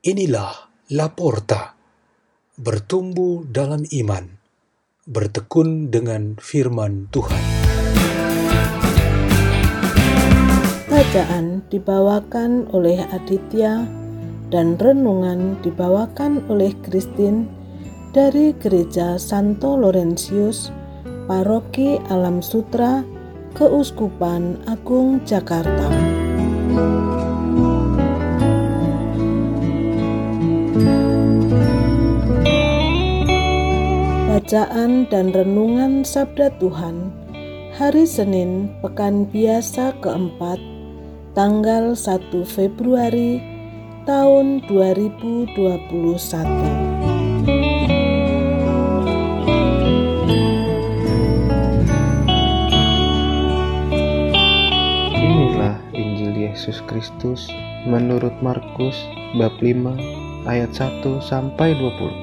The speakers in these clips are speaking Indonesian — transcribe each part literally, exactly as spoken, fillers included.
Inilah Laporta, bertumbuh dalam iman, bertekun dengan firman Tuhan. Bacaan dibawakan oleh Aditya dan renungan dibawakan oleh Christine dari Gereja Santo Laurentius, Paroki Alam Sutra, Keuskupan Agung Jakarta. Bacaan dan renungan Sabda Tuhan hari Senin Pekan Biasa keempat, tanggal satu Februari tahun dua ribu dua puluh satu. Inilah Injil Yesus Kristus menurut Markus bab lima ayat satu sampai dua puluh.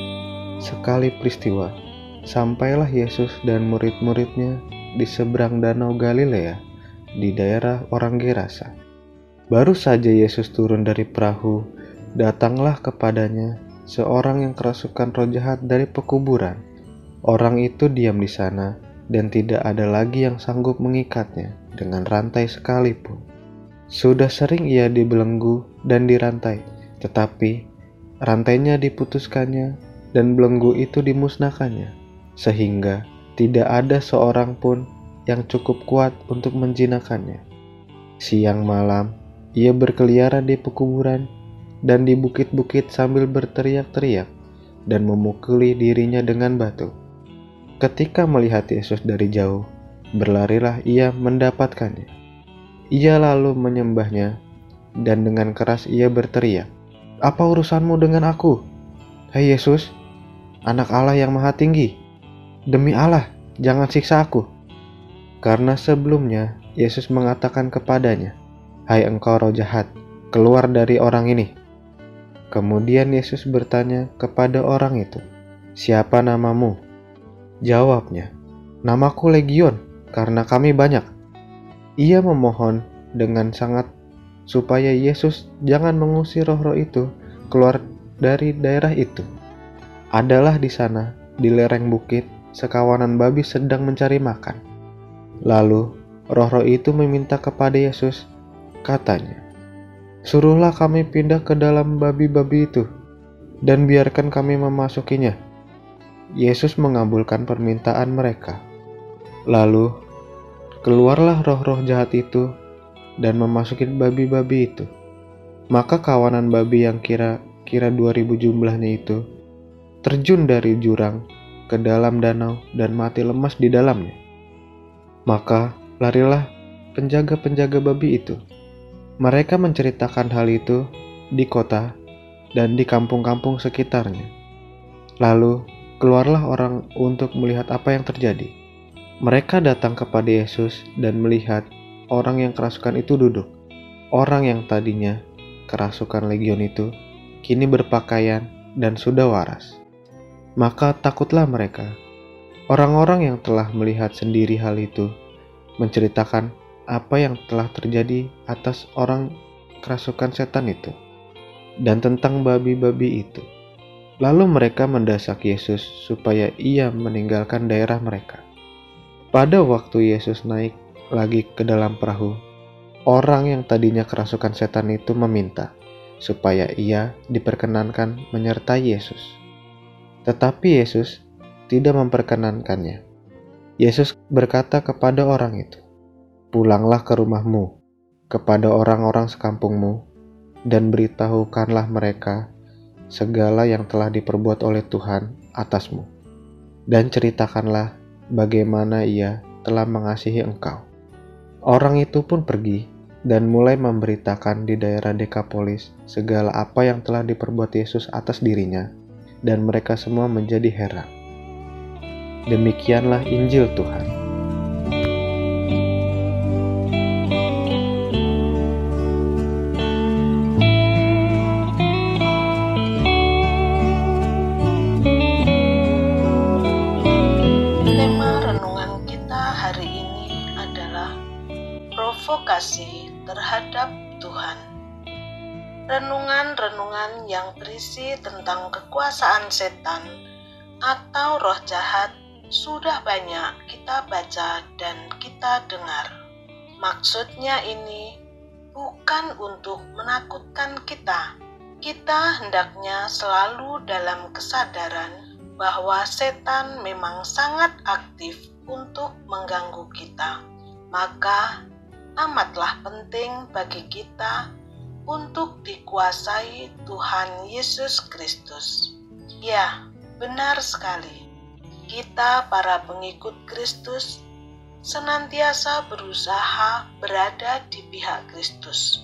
Sekali peristiwa, sampailah Yesus dan murid-muridnya di seberang danau Galilea di daerah orang Gerasa. Baru saja Yesus turun dari perahu, datanglah kepadanya seorang yang kerasukan roh jahat dari pekuburan. Orang itu diam di sana dan tidak ada lagi yang sanggup mengikatnya dengan rantai sekalipun. Sudah sering ia dibelenggu dan dirantai, tetapi rantainya diputuskannya dan belenggu itu dimusnahkannya, sehingga tidak ada seorang pun yang cukup kuat untuk menjinakkannya. Siang malam ia berkeliaran di pekuburan dan di bukit-bukit sambil berteriak-teriak dan memukuli dirinya dengan batu. Ketika melihat Yesus dari jauh, berlarilah ia mendapatkannya. Ia lalu menyembahnya dan dengan keras ia berteriak, "Apa urusanmu dengan aku, hai Yesus, Anak Allah yang Maha Tinggi? Demi Allah, jangan siksa aku." Karena sebelumnya Yesus mengatakan kepadanya, "Hai engkau roh jahat, keluar dari orang ini." Kemudian Yesus bertanya kepada orang itu, "Siapa namamu?" Jawabnya, "Namaku Legion, karena kami banyak." Ia memohon dengan sangat supaya Yesus jangan mengusir roh-roh itu keluar dari daerah itu. Adalah di sana, di lereng bukit, sekawanan babi sedang mencari makan. Lalu, roh-roh itu meminta kepada Yesus, katanya, "Suruhlah kami pindah ke dalam babi-babi itu, dan biarkan kami memasukinya." Yesus mengabulkan permintaan mereka. Lalu, keluarlah roh-roh jahat itu, dan memasuki babi-babi itu. Maka kawanan babi yang kira-kira dua ribu jumlahnya itu, terjun dari jurang ke dalam danau dan mati lemas di dalamnya. Maka larilah penjaga-penjaga babi itu. Mereka menceritakan hal itu di kota dan di kampung-kampung sekitarnya. Lalu keluarlah orang untuk melihat apa yang terjadi. Mereka datang kepada Yesus dan melihat orang yang kerasukan itu duduk. Orang yang tadinya kerasukan legion itu kini berpakaian dan sudah waras. Maka takutlah mereka. Orang-orang yang telah melihat sendiri hal itu menceritakan apa yang telah terjadi atas orang kerasukan setan itu dan tentang babi-babi itu. Lalu mereka mendesak Yesus supaya ia meninggalkan daerah mereka. Pada waktu Yesus naik lagi ke dalam perahu, orang yang tadinya kerasukan setan itu meminta supaya ia diperkenankan menyertai Yesus. Tetapi Yesus tidak memperkenankannya. Yesus berkata kepada orang itu, "Pulanglah ke rumahmu, kepada orang-orang sekampungmu, dan beritahukanlah mereka segala yang telah diperbuat oleh Tuhan atasmu, dan ceritakanlah bagaimana Ia telah mengasihi engkau." Orang itu pun pergi dan mulai memberitakan di daerah Dekapolis segala apa yang telah diperbuat Yesus atas dirinya, dan mereka semua menjadi heran. Demikianlah Injil Tuhan. Tema renungan kita hari ini adalah provokasi terhadap Tuhan. renungan-renungan yang berisi tentang kekuasaan setan atau roh jahat sudah banyak kita baca dan kita dengar. Maksudnya ini bukan untuk menakutkan kita. Kita hendaknya selalu dalam kesadaran bahwa setan memang sangat aktif untuk mengganggu kita. Maka amatlah penting bagi kita untuk dikuasai Tuhan Yesus Kristus. Ya, benar sekali. Kita para pengikut Kristus senantiasa berusaha berada di pihak Kristus.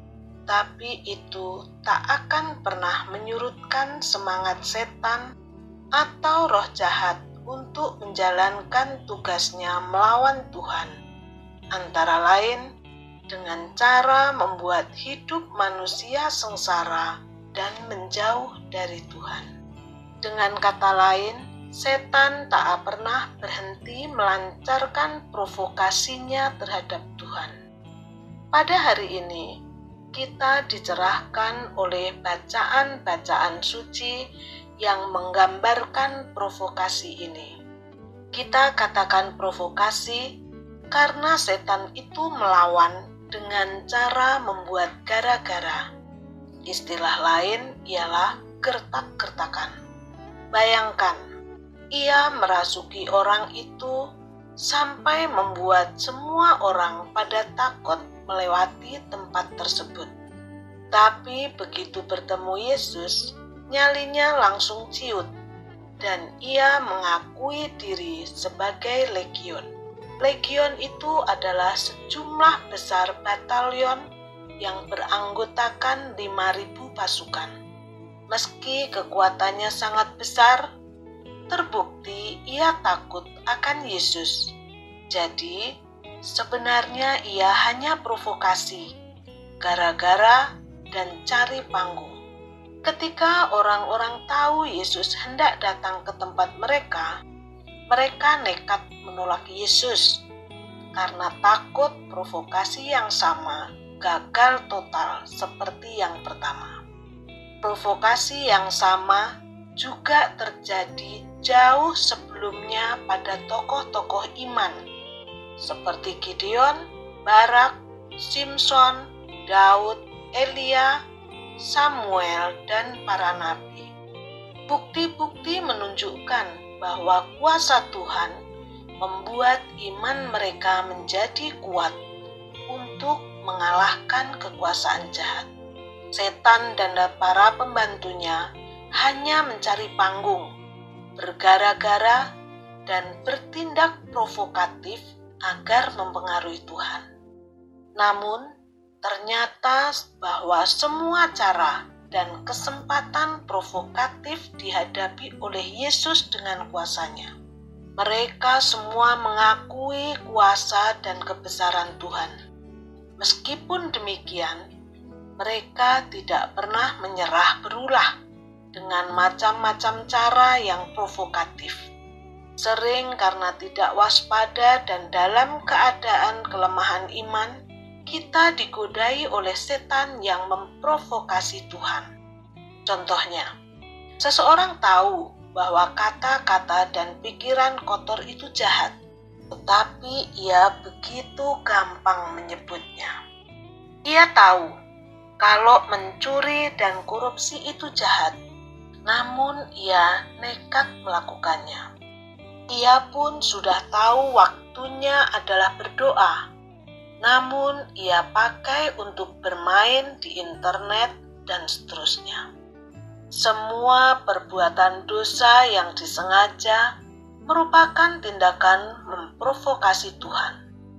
Tapi itu tak akan pernah menyurutkan semangat setan atau roh jahat untuk menjalankan tugasnya melawan Tuhan. Antara lain dengan cara membuat hidup manusia sengsara dan menjauh dari Tuhan. Dengan kata lain, setan tak pernah berhenti melancarkan provokasinya terhadap Tuhan. Pada hari ini, kita dicerahkan oleh bacaan-bacaan suci yang menggambarkan provokasi ini. Kita katakan provokasi karena setan itu melawan dengan cara membuat gara-gara. Istilah lain ialah gertak-gertakan. Bayangkan, ia merasuki orang itu sampai membuat semua orang pada takut melewati tempat tersebut. Tapi begitu bertemu Yesus, nyalinya langsung ciut dan ia mengakui diri sebagai legion. Legion itu adalah sejumlah besar batalion yang beranggotakan lima ribu pasukan. Meski kekuatannya sangat besar, terbukti ia takut akan Yesus. Jadi, sebenarnya ia hanya provokasi, gara-gara dan cari panggung. Ketika orang-orang tahu Yesus hendak datang ke tempat mereka, mereka nekat menolak Yesus karena takut provokasi yang sama gagal total seperti yang pertama. Provokasi yang sama juga terjadi jauh sebelumnya pada tokoh-tokoh iman seperti Gideon, Barak, Simson, Daud, Elia, Samuel, dan para nabi. Bukti-bukti menunjukkan bahwa kuasa Tuhan membuat iman mereka menjadi kuat untuk mengalahkan kekuasaan jahat. Setan dan para pembantunya hanya mencari panggung, bergara-gara, dan bertindak provokatif agar mempengaruhi Tuhan. Namun, ternyata bahwa semua cara dan kesempatan provokatif dihadapi oleh Yesus dengan kuasanya. Mereka semua mengakui kuasa dan kebesaran Tuhan. Meskipun demikian, mereka tidak pernah menyerah berulah dengan macam-macam cara yang provokatif. Sering karena tidak waspada dan dalam keadaan kelemahan iman, kita digodai oleh setan yang memprovokasi Tuhan. Contohnya, seseorang tahu bahwa kata-kata dan pikiran kotor itu jahat, tetapi ia begitu gampang menyebutnya. Ia tahu kalau mencuri dan korupsi itu jahat, namun ia nekat melakukannya. Ia pun sudah tahu waktunya adalah berdoa, namun ia pakai untuk bermain di internet dan seterusnya. Semua perbuatan dosa yang disengaja merupakan tindakan memprovokasi Tuhan.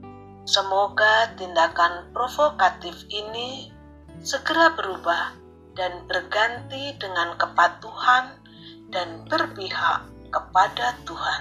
Semoga tindakan provokatif ini segera berubah dan berganti dengan kepatuhan dan berpihak kepada Tuhan.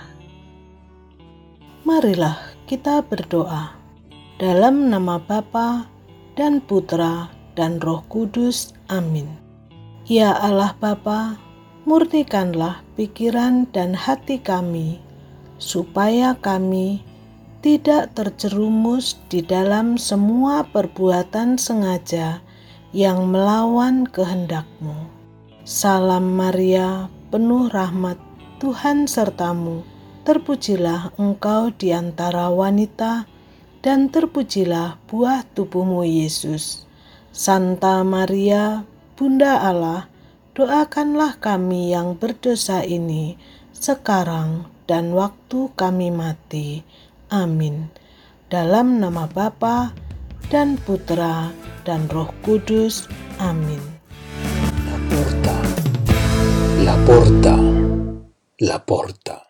Marilah kita berdoa. Dalam nama Bapa dan Putra dan Roh Kudus. Amin. Ya Allah Bapa, murnikanlah pikiran dan hati kami, supaya kami tidak terjerumus di dalam semua perbuatan sengaja yang melawan kehendak-Mu. Salam Maria, penuh rahmat, Tuhan sertamu. Terpujilah engkau di antara wanita, dan terpujilah buah tubuhmu Yesus. Santa Maria, Bunda Allah, doakanlah kami yang berdosa ini, sekarang dan waktu kami mati. Amin. Dalam nama Bapa dan Putra dan Roh Kudus. Amin. La porta, la porta, la porta.